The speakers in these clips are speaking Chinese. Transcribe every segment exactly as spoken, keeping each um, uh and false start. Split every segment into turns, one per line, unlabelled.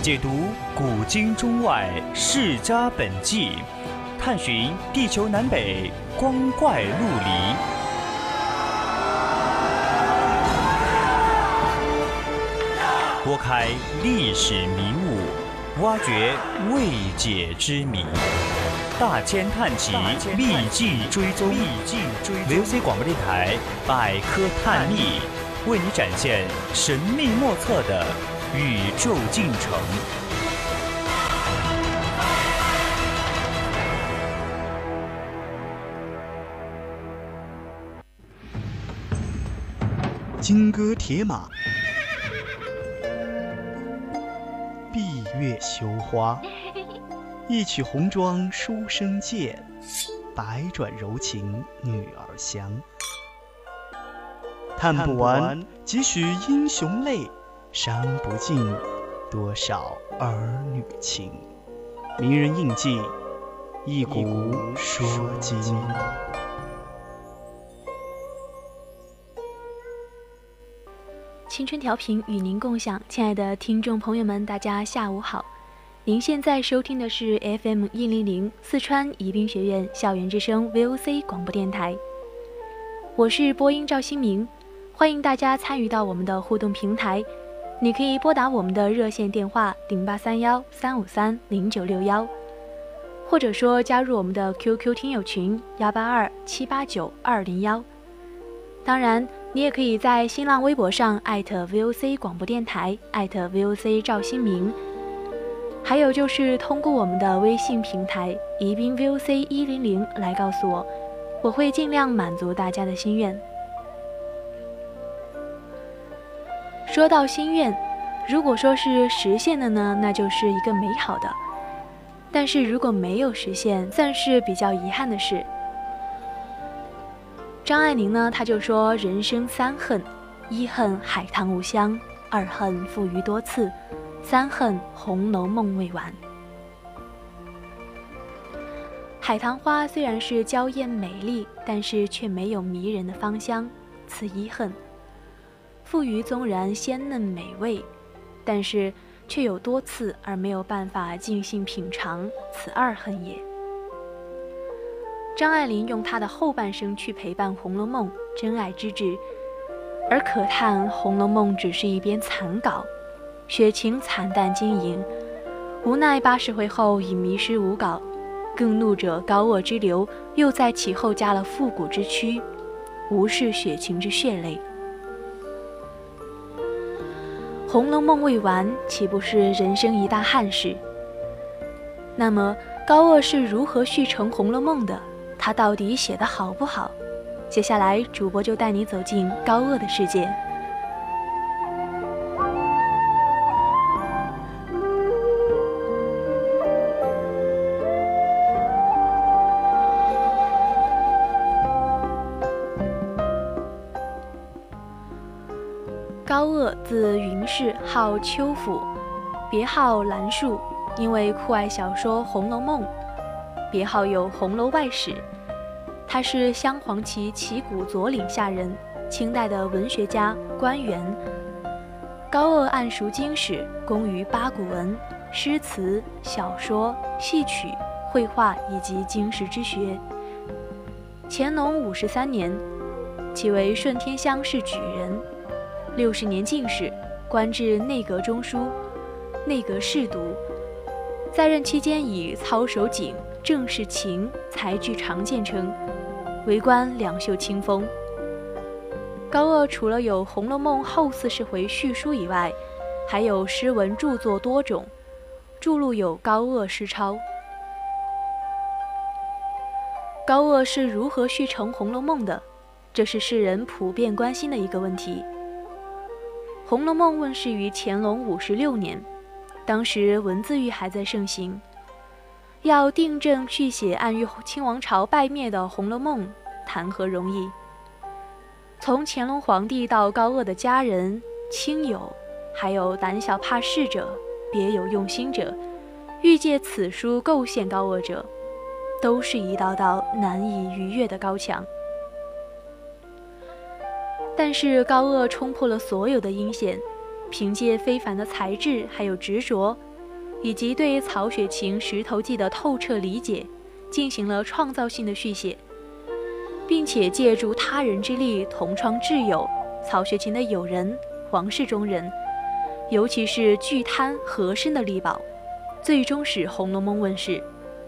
解读古今中外世家本纪，探寻地球南北光怪陆离。拨开历史迷雾，挖掘未解之谜，大千探奇，秘境追踪。V O C 广播电台百科探秘，为你展现神秘莫测的宇宙进程。
金戈铁马，闭月羞花，一曲红妆书生剑，百转柔情女儿香。叹不完几许英雄泪，伤不尽多少儿女情。名人印记，一古说今。
青春调频与您共享，亲爱的听众朋友们，大家下午好。您现在收听的是 F M 一零零四川宜宾学院校园之声 V O C 广播电台，我是播音赵新明，欢迎大家参与到我们的互动平台。你可以拨打我们的热线电话零八三幺三五三零九六幺，或者说加入我们的 Q Q 听友群幺八二七八九二零幺。当然，你也可以在新浪微博上艾特 V O C 广播电台，艾特 V O C 赵新明。还有就是通过我们的微信平台宜宾 V O C 一零零来告诉我，我会尽量满足大家的心愿。说到心愿，如果说是实现的呢，那就是一个美好的；但是如果没有实现，算是比较遗憾的事。张爱玲呢，她就说人生三恨：一恨海棠无香，二恨富余多次，三恨红楼梦未完。海棠花虽然是娇艳美丽，但是却没有迷人的芳香，此一恨。富余纵然鲜嫩美味，但是却有多次而没有办法尽兴品尝，此二恨也。张爱玲用她的后半生去陪伴《红楼梦》真爱之至，而可叹《红楼梦》只是一篇残稿，雪晴惨淡经营，无奈八十回后已迷失无稿，更怒者高鹗之流又在其后加了复古之躯，无视雪晴之血泪。《红楼梦》未完，岂不是人生一大憾事？那么高鹗是如何续成《红楼梦》的？他到底写得好不好？接下来主播就带你走进高鹗的世界。高鹗字云氏，号秋甫，别号兰树，因为酷爱小说《红楼梦》，别号有红楼外史。他是镶黄旗旗鼓左领下人，清代的文学家、官员。高鹗谙熟经史，工于八股文、诗词、小说、戏曲、绘画以及经史之学。乾隆五十三年，其为顺天乡试举人，六十年进士，官至内阁中书、内阁侍读。在任期间以操守警、政事情、才具常见称，为官两袖清风。高鹗除了有《红楼梦》后四十回续书以外，还有诗文著作多种，著录有《高鹗诗钞》。高鹗是如何续成《红楼梦》的？这是世人普遍关心的一个问题。《红楼梦》问世于乾隆五十六年，当时文字狱还在盛行，要订正续写暗喻清王朝败灭的《红楼梦》，谈何容易？从乾隆皇帝到高鹗的家人、亲友，还有胆小怕事者、别有用心者，欲借此书构陷高鹗者，都是一道道难以逾越的高墙。但是高鹗冲破了所有的阴险，凭借非凡的才智还有执着， 以及对曹雪芹《石头记》的透彻理解，进行了创造性的续写，并且借助他人之力同创挚友曹雪芹的友人黄氏中人，尤其是巨贪和珅的力保，最终使《红楼梦》问世。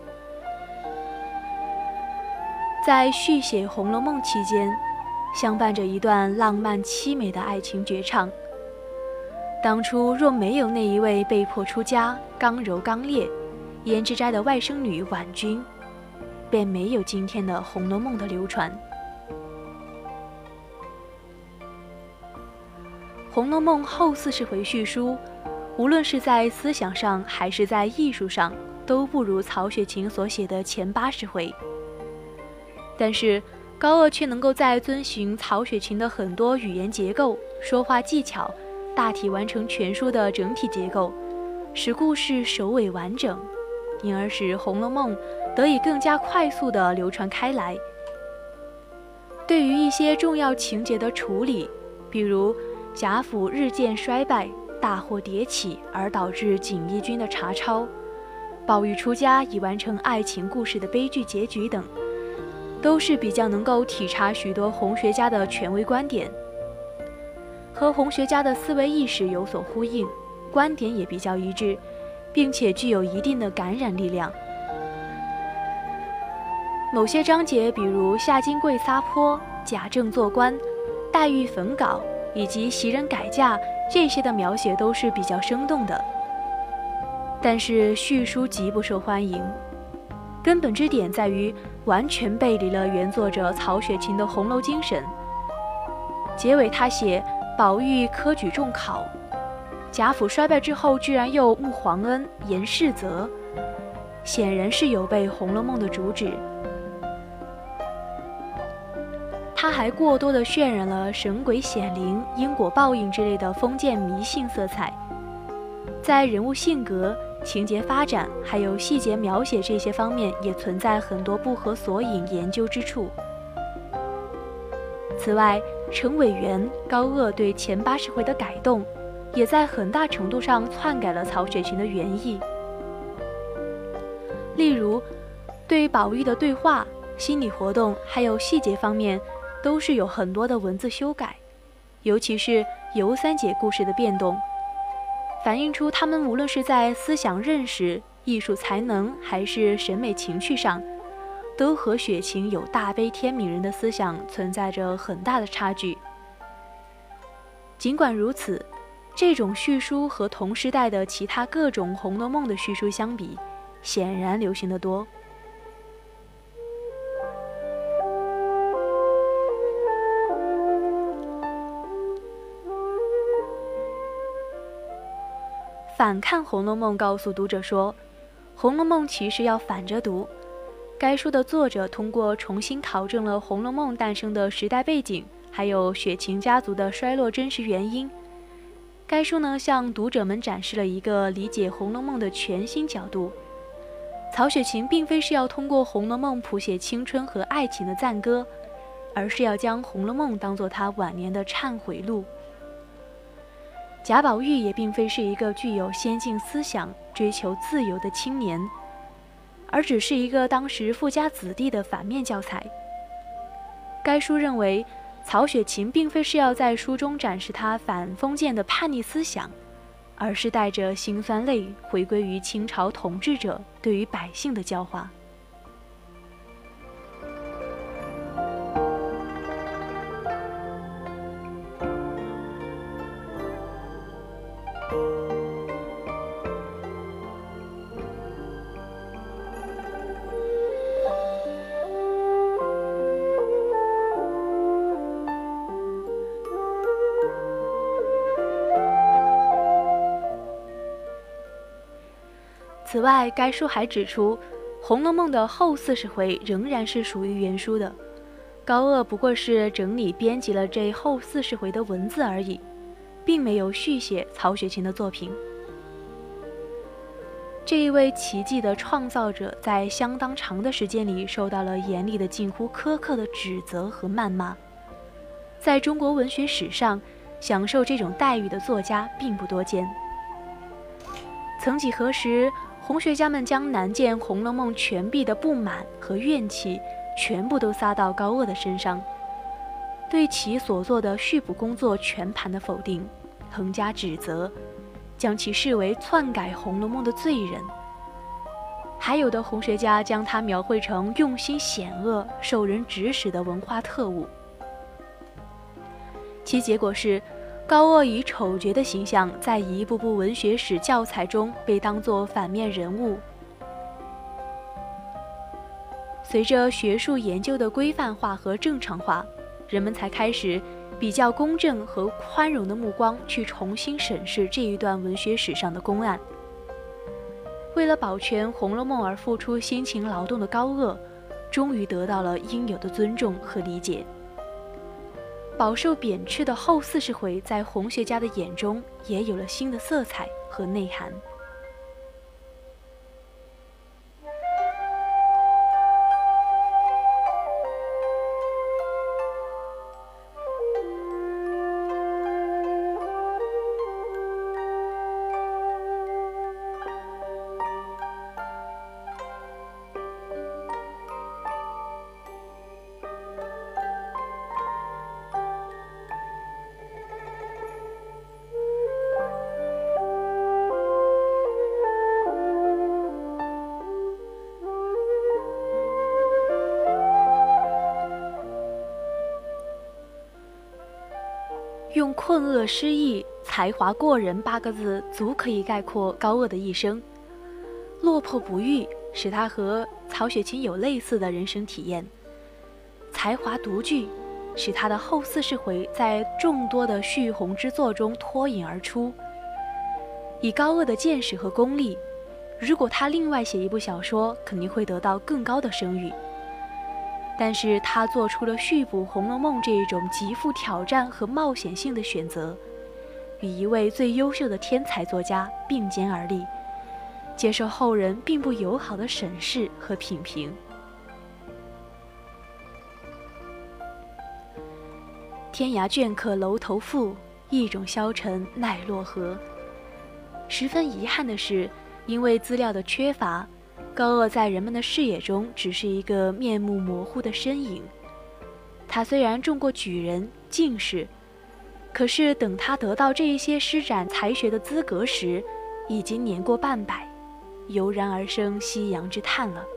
在续写《红楼梦》期间，相伴着一段浪漫凄美的爱情绝唱。当初若没有那一位被迫出家、刚柔刚烈、胭脂斋的外甥女婉君，便没有今天的《红楼梦》的流传。《红楼梦》后四十回叙书，无论是在思想上还是在艺术上，都不如曹雪芹所写的前八十回。但是高鹗却能够在遵循曹雪芹的很多语言结构、说话技巧，大体完成全书的整体结构，使故事首尾完整，因而使《红楼梦》得以更加快速地流传开来。对于一些重要情节的处理，比如贾府日渐衰败、大祸迭起而导致锦衣军的查抄，宝玉出家以完成爱情故事的悲剧结局等，都是比较能够体察许多红学家的权威观点，和红学家的思维意识有所呼应，观点也比较一致，并且具有一定的感染力量。某些章节，比如夏金桂撒泼、贾政做官、黛玉焚稿以及袭人改嫁，这些的描写都是比较生动的，但是叙书极不受欢迎。根本之点在于完全背离了原作者曹雪芹的红楼精神。结尾他写宝玉科举中考，贾府衰败之后居然又慕皇恩言世泽，显然是有悖《红楼梦》的主旨。他还过多地渲染了神鬼显灵、因果报应之类的封建迷信色彩，在人物性格、情节发展还有细节描写这些方面也存在很多不合索引研究之处。此外，程伟元、高鹗对前八十回的改动，也在很大程度上篡改了曹雪芹的原意。例如，对宝玉的对话、心理活动还有细节方面，都是有很多的文字修改，尤其是尤三姐故事的变动，反映出他们无论是在思想认识、艺术才能还是审美情趣上，都和雪芹有大悲天悯人的思想存在着很大的差距。尽管如此，这种叙书和同时代的其他各种《红楼梦》的叙书相比，显然流行得多。反看《红楼梦》告诉读者说，《红楼梦》其实要反着读。该书的作者通过重新考证了《红楼梦》诞生的时代背景，还有雪芹家族的衰落真实原因。该书呢，向读者们展示了一个理解《红楼梦》的全新角度。曹雪芹并非是要通过《红楼梦》谱写青春和爱情的赞歌，而是要将《红楼梦》当作他晚年的忏悔录。贾宝玉也并非是一个具有先进思想、追求自由的青年，而只是一个当时富家子弟的反面教材。该书认为，曹雪芹并非是要在书中展示他反封建的叛逆思想，而是带着辛酸泪回归于清朝统治者对于百姓的教化。此外，该书还指出，《红楼梦》的后四十回仍然是属于原书的，高鹗不过是整理编辑了这后四十回的文字而已，并没有续写曹雪芹的作品。这一位奇迹的创造者，在相当长的时间里受到了严厉的、近乎苛刻的指责和谩骂。在中国文学史上，享受这种待遇的作家并不多见。 曾几何时，红学家们将南建《红楼梦》全壁的不满和怨气全部都撒到高鹗的身上，对其所做的续补工作全盘的否定，横加指责，将其视为篡改《红楼梦》的罪人。还有的红学家将他描绘成用心险恶、受人指使的文化特务。其结果是，高鹗以丑角的形象在一部部文学史教材中被当作反面人物。随着学术研究的规范化和正常化，人们才开始比较公正和宽容的目光去重新审视这一段文学史上的公案。为了保全《红楼梦》而付出辛勤劳动的高鹗，终于得到了应有的尊重和理解。饱受贬斥的后四十回在红学家的眼中也有了新的色彩和内涵。用困厄失意、才华过人八个字足可以概括高鹗的一生。落魄不遇，使他和曹雪芹有类似的人生体验；才华独具，使他的后四十回在众多的续红之作中脱颖而出。以高鹗的见识和功力，如果他另外写一部小说，肯定会得到更高的声誉。但是他做出了续补《红楼梦》这一种极富挑战和冒险性的选择，与一位最优秀的天才作家并肩而立，接受后人并不友好的审视和品评。天涯倦客楼头赋，一种消沉奈落何。十分遗憾的是，因为资料的缺乏，高鹗在人们的视野中只是一个面目模糊的身影。他虽然中过举人、进士，可是等他得到这一些施展才学的资格时，已经年过半百，油然而生夕阳之叹了。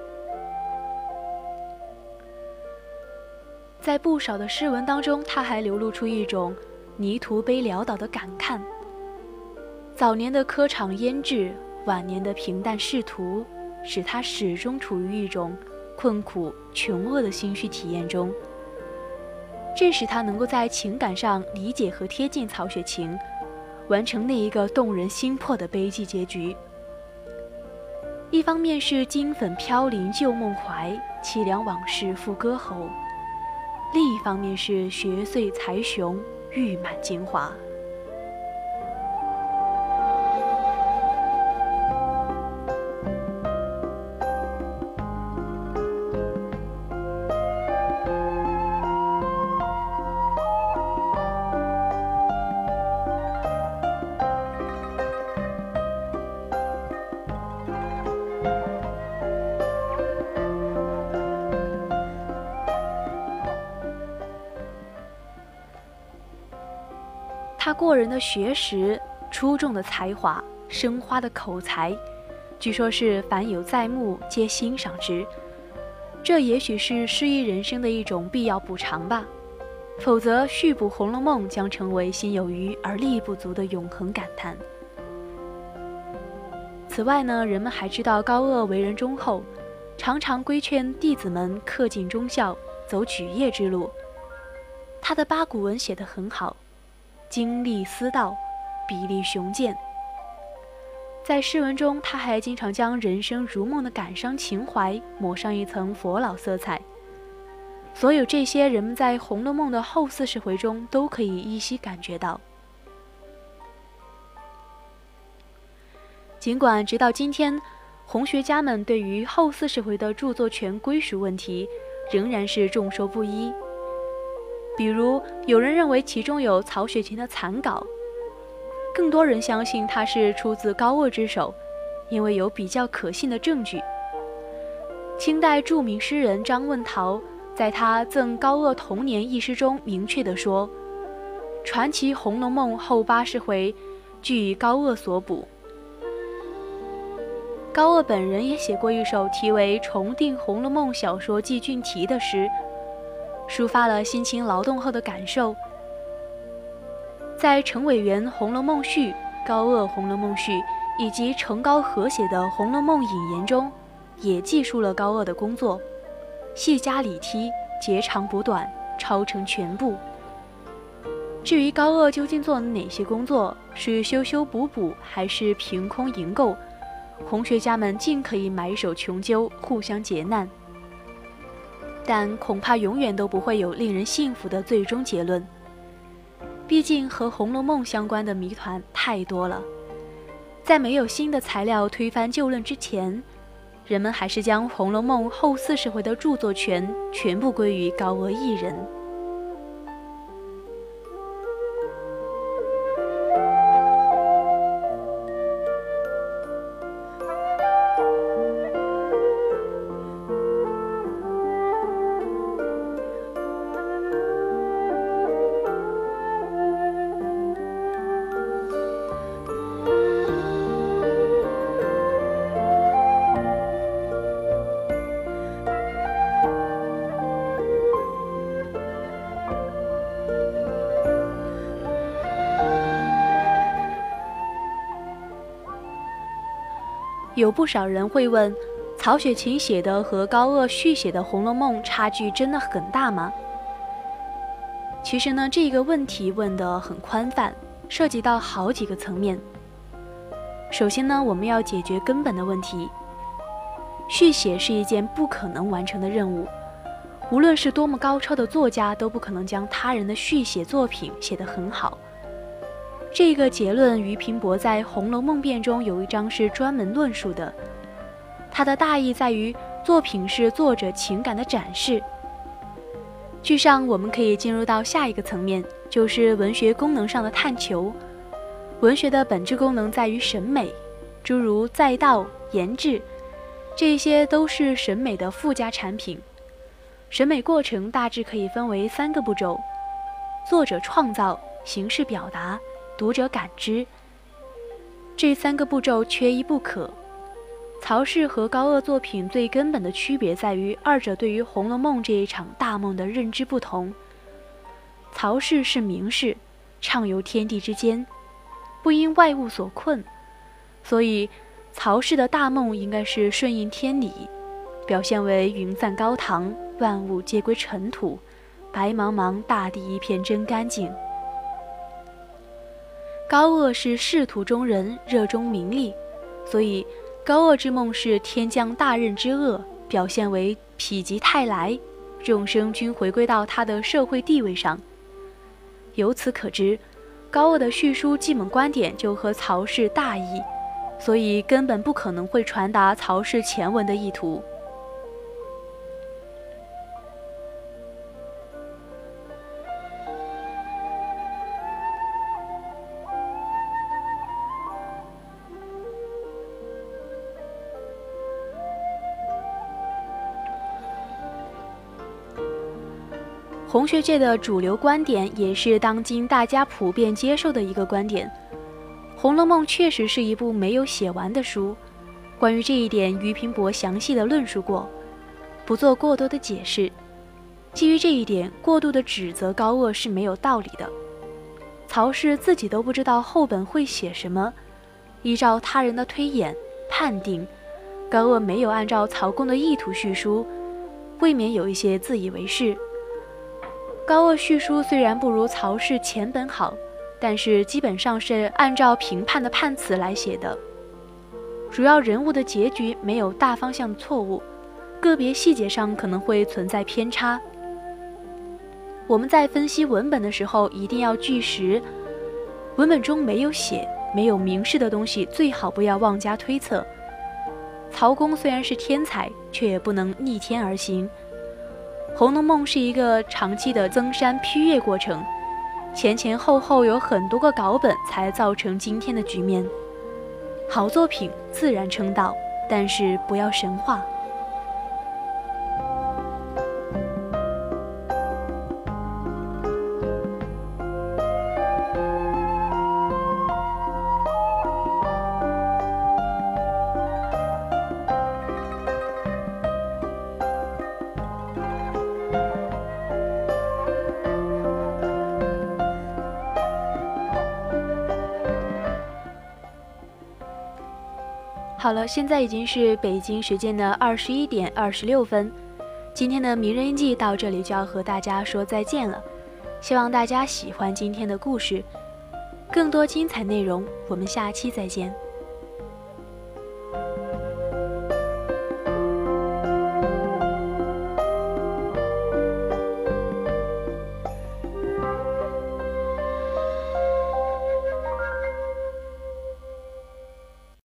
在不少的诗文当中，他还流露出一种泥土悲潦倒的感慨。早年的科场腌制，晚年的平淡仕途，使他始终处于一种困苦穷厄的心绪体验中，这使他能够在情感上理解和贴近曹雪芹，完成那一个动人心魄的悲寂结局。一方面是金粉飘零旧梦怀，凄凉往事复歌喉；另一方面是学岁才雄，玉满京华。他过人的学识、出众的才华、生花的口才，据说是凡有在目皆欣赏之。这也许是失意人生的一种必要补偿吧，否则续补《红楼梦》将成为心有余而力不足的永恒感叹。此外呢，人们还知道高鹗为人忠厚，常常规劝弟子们恪尽忠孝，走举业之路。他的八股文写得很好，经历思道，比例雄健。在诗文中，他还经常将人生如梦的感伤情怀抹上一层佛老色彩。所有这些，人们在《红楼梦》的后四十回中都可以依稀感觉到。尽管直到今天，红学家们对于后四十回的著作权归属问题仍然是众说不一。比如有人认为其中有曹雪芹的残稿， 更多人相信它是出自高鹗之手，因为有比较可信的证据。清代著名诗人张问陶在他赠高鹗童年一诗中明确地说，传奇《红楼梦》后八十回俱以高鹗所补。高鹗本人也写过一首题为《重定红楼梦小说记俊题》的诗，抒发了辛勤劳动后的感受。在程伟元《红楼梦序》、高鹗《红楼梦序》以及程高合写的《红楼梦引言》中，也记述了高鹗的工作，细加理剔，截长补短，抄成全部。至于高鹗究竟做了哪些工作，是修修补补，还是凭空营构，红学家们尽可以埋首穷究，互相劫难，但恐怕永远都不会有令人信服的最终结论。毕竟和《红楼梦》相关的谜团太多了，在没有新的材料推翻旧论之前，人们还是将《红楼梦》后四十回的著作权全部归于高鹗一人。有不少人会问，曹雪芹写的和高鹗续写的《红楼梦》差距真的很大吗？其实呢，这个问题问得很宽泛，涉及到好几个层面。首先呢，我们要解决根本的问题，续写是一件不可能完成的任务，无论是多么高超的作家，都不可能将他人的续写作品写得很好。这个结论，俞平伯在《红楼梦辩》中有一章是专门论述的。它的大意在于，作品是作者情感的展示。据上，我们可以进入到下一个层面，就是文学功能上的探求。文学的本质功能在于审美，诸如载道、言志，这些都是审美的附加产品。审美过程大致可以分为三个步骤：作者创造、形式表达、读者感知。这三个步骤缺一不可。曹氏和高鹗作品最根本的区别在于，二者对于《红楼梦》这一场大梦的认知不同。曹氏是名士，畅游天地之间，不因外物所困，所以曹氏的大梦应该是顺应天理，表现为云散高堂，万物皆归尘土，白茫茫大地一片真干净。高鹗是仕途中人，热衷名利，所以高鹗之梦是天降大任之恶，表现为否极泰来，众生均回归到他的社会地位上。由此可知，高鹗的叙书基本观点就和曹氏大异，所以根本不可能会传达曹氏前文的意图。红学界的主流观点，也是当今大家普遍接受的一个观点。《红楼梦》确实是一部没有写完的书，关于这一点，俞平伯详细的论述过，不做过多的解释。基于这一点，过度的指责高鹗是没有道理的。曹氏自己都不知道后本会写什么，依照他人的推演判定，高鹗没有按照曹公的意图叙书，未免有一些自以为是。高鹗叙书虽然不如曹氏前本好，但是基本上是按照评判的判词来写的，主要人物的结局没有大方向的错误，个别细节上可能会存在偏差。我们在分析文本的时候一定要据实，文本中没有写、没有明示的东西最好不要妄加推测。曹公虽然是天才，却也不能逆天而行。《红楼梦》是一个长期的增删批阅过程， 前前后后有很多个稿本才造成今天的局面。好作品自然称道，但是不要神话。好了，现在已经是北京时间的二十一点二十六分，今天的名人印记到这里就要和大家说再见了。希望大家喜欢今天的故事，更多精彩内容，我们下期再见。